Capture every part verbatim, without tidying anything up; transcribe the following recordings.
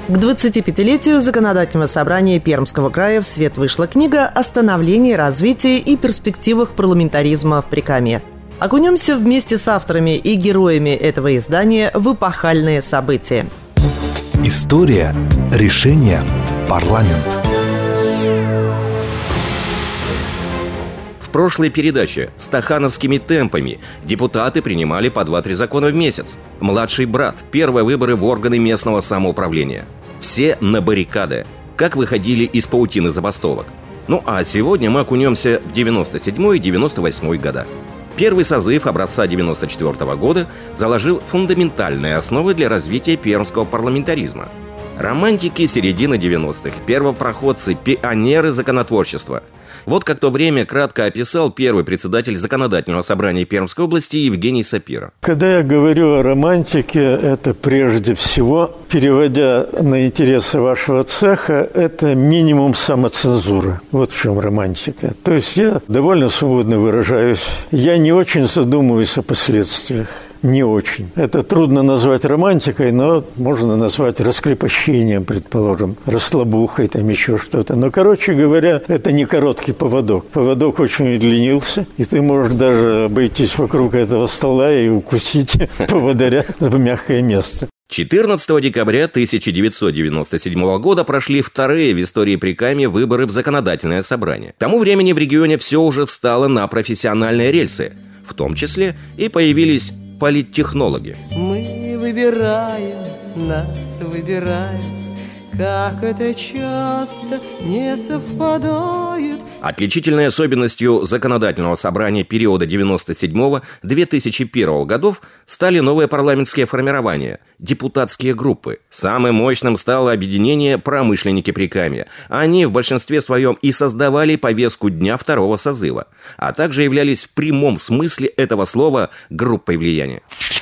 К двадцатипятилетию Законодательного собрания Пермского края в свет вышла книга о становлении, развитии и перспективах парламентаризма в Прикамье. Окунемся вместе с авторами и героями этого издания в эпохальные события. История, решение, парламент. В прошлой передаче стахановскими темпами депутаты принимали по два-три закона в месяц. Младший брат, первые выборы в органы местного самоуправления. Все на баррикады. Как выходили из паутины забастовок. Ну а сегодня мы окунемся в девяносто седьмой и девяносто восьмой года. Первый созыв образца девяносто четвёртого года заложил фундаментальные основы для развития пермского парламентаризма. Романтики середины девяностых, первопроходцы, пионеры законотворчества. Вот как то время кратко описал первый председатель Законодательного собрания Пермской области Евгений Сапира. Когда я говорю о романтике, это прежде всего, переводя на интересы вашего цеха, это минимум самоцензуры. Вот в чем романтика. То есть я довольно свободно выражаюсь. Я не очень задумываюсь о последствиях. Не очень. Это трудно назвать романтикой, но можно назвать раскрепощением, предположим, расслабухой, там еще что-то. Но, короче говоря, это не короткий поводок. Поводок очень удлинился, и ты можешь даже обойтись вокруг этого стола и укусить поводыря в мягкое место. четырнадцатого декабря тысяча девятьсот девяносто седьмого года прошли вторые в истории Прикамья выборы в Законодательное собрание. К тому времени в регионе все уже встало на профессиональные рельсы. В том числе и появились политтехнологи. Мы выбираем, нас выбирают, как это часто не совпадает. Отличительной особенностью Законодательного собрания периода девяносто седьмого — две тысячи первого годов стали новые парламентские формирования – депутатские группы. Самым мощным стало объединение «Промышленники Прикамья». Они в большинстве своем и создавали повестку дня второго созыва, а также являлись в прямом смысле этого слова группой влияния.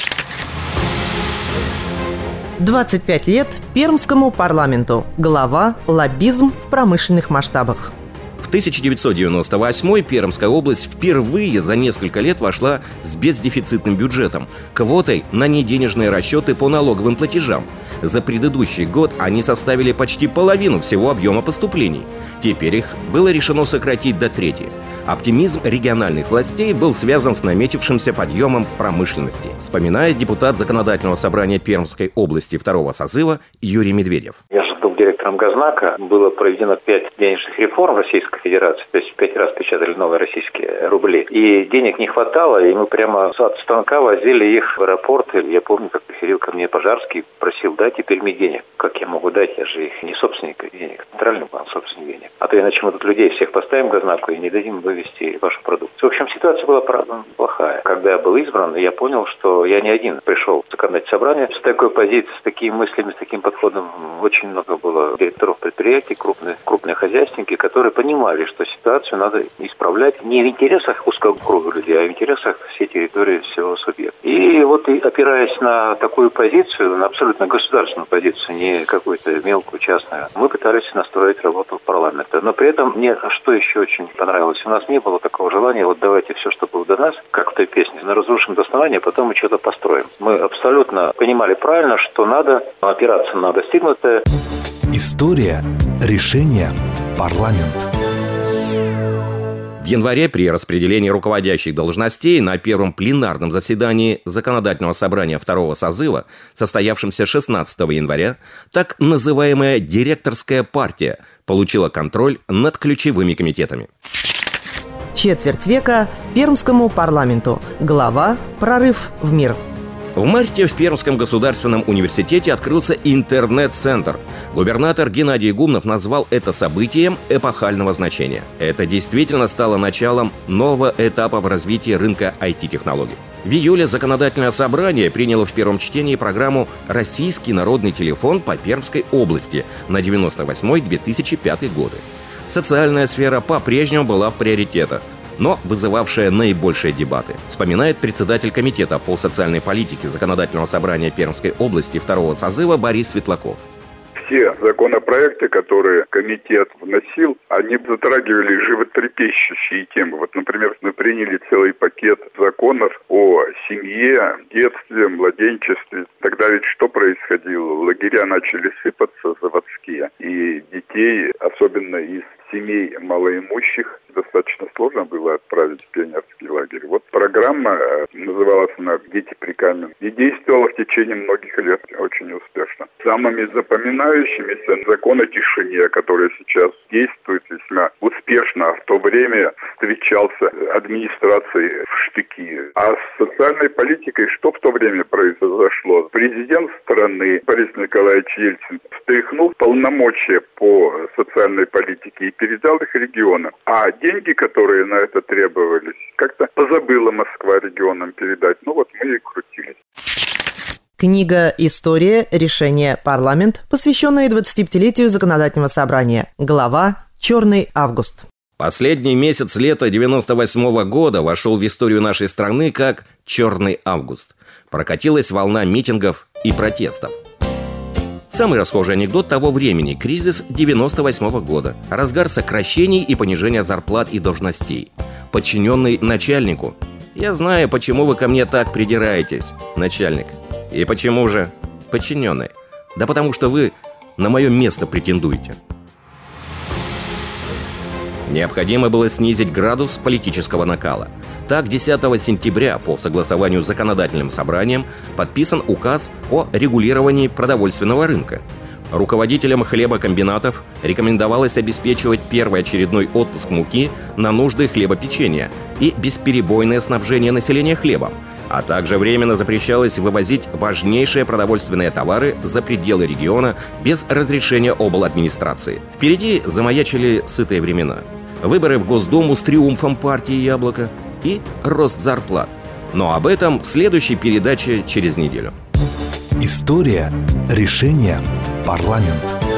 двадцать пять лет Пермскому парламенту. Глава «Лоббизм в промышленных масштабах». В тысяча девятьсот девяносто восьмом Пермская область впервые за несколько лет вошла с бездефицитным бюджетом, квотой на неденежные расчеты по налоговым платежам. За предыдущий год они составили почти половину всего объема поступлений. Теперь их было решено сократить до трети. Оптимизм региональных властей был связан с наметившимся подъемом в промышленности, вспоминает депутат Законодательного собрания Пермской области второго созыва Юрий Медведев. Я же был директором Газнака. Было проведено пять денежных реформ Российской Федерации, то есть пять раз печатали новые российские рубли. И денег не хватало, и мы прямо от станка возили их в аэропорт. Я помню, как приходил ко мне Пожарский, просил: дайте теперь мне денег. Как я могу дать? Я же их не собственник денег, центральный банк собственник денег. А то иначе мы тут людей всех поставим к Газнаку и не дадим вывести вашу продукцию. В общем, ситуация была, правда, плохая. Когда я был избран, я понял, что я не один пришел в Законодательное собрание с такой позицией, с такими мыслями, с таким подходом. Очень много было директоров предприятий, крупные, крупные хозяйственники, которые понимали, что ситуацию надо исправлять не в интересах узкого круга людей, а в интересах всей территории, всего субъекта. И вот, и опираясь на такую позицию, на абсолютно государственную позицию, не какую-то мелкую, частную, мы пытались настроить работу парламента. Но при этом мне что еще очень понравилось, у нас не было такого желания: вот давайте все, что было до нас, как в той песне, разрушим до основания, а потом мы что-то построим. Мы абсолютно понимали правильно, что надо опираться на достигнутое. История, решение, парламент. В январе при распределении руководящих должностей на первом пленарном заседании Законодательного собрания второго созыва, состоявшемся шестнадцатого января, так называемая директорская партия получила контроль над ключевыми комитетами. Четверть века Пермскому парламенту. Глава «Прорыв в мир». В марте в Пермском государственном университете открылся интернет-центр. Губернатор Геннадий Гумнов назвал это событием эпохального значения. Это действительно стало началом нового этапа в развитии рынка ай ти-технологий. В июле Законодательное собрание приняло в первом чтении программу «Российский народный телефон по Пермской области» на девяносто восьмой — две тысячи пятый годы. Социальная сфера по-прежнему была в приоритетах, но вызывавшая наибольшие дебаты, вспоминает председатель комитета по социальной политике Законодательного собрания Пермской области второго созыва Борис Светлаков. Все законопроекты, которые комитет вносил, они затрагивали животрепещущие темы. Вот, например, мы приняли целый пакет законов о семье, детстве, младенчестве. Тогда ведь что происходило? Лагеря начали сыпаться заводские, и детей, особенно из семей малоимущих, достаточно сложно было отправить в пионерский лагерь. Вот программа, называлась она «Дети при камне», и действовала в течение многих лет очень успешно. Самыми запоминающимися закон о тишине, который сейчас действует весьма успешно, а в то время встречался администрацией в штыки. А с социальной политикой что в то время произошло? Президент страны Борис Николаевич Ельцин встряхнул полномочия по социальной политике и передал их регионам. А деньги, которые на это требовались, как-то позабыла Москва регионам передать. Ну вот мы и крутились. Книга «История. Решение. Парламент», посвященная двадцатипятилетию Законодательного собрания. Глава «Черный август». Последний месяц лета девяносто восьмого года вошел в историю нашей страны как «Черный август». Прокатилась волна митингов и протестов. Самый расхожий анекдот того времени – кризис девяносто восьмого года, разгар сокращений и понижения зарплат и должностей. Подчиненный начальнику: «Я знаю, почему вы ко мне так придираетесь, начальник». «И почему же подчиненный?» «Да потому что вы на мое место претендуете». Необходимо было снизить градус политического накала. Так, десятого сентября по согласованию с законодательным собранием подписан указ о регулировании продовольственного рынка. Руководителям хлебокомбинатов рекомендовалось обеспечивать первоочередной отпуск муки на нужды хлебопечения и бесперебойное снабжение населения хлебом, а также временно запрещалось вывозить важнейшие продовольственные товары за пределы региона без разрешения обладминистрации. Впереди замаячили сытые времена. Выборы в Госдуму с триумфом партии «Яблоко» и рост зарплат. Но об этом в следующей передаче через неделю. История. Решение. Парламент.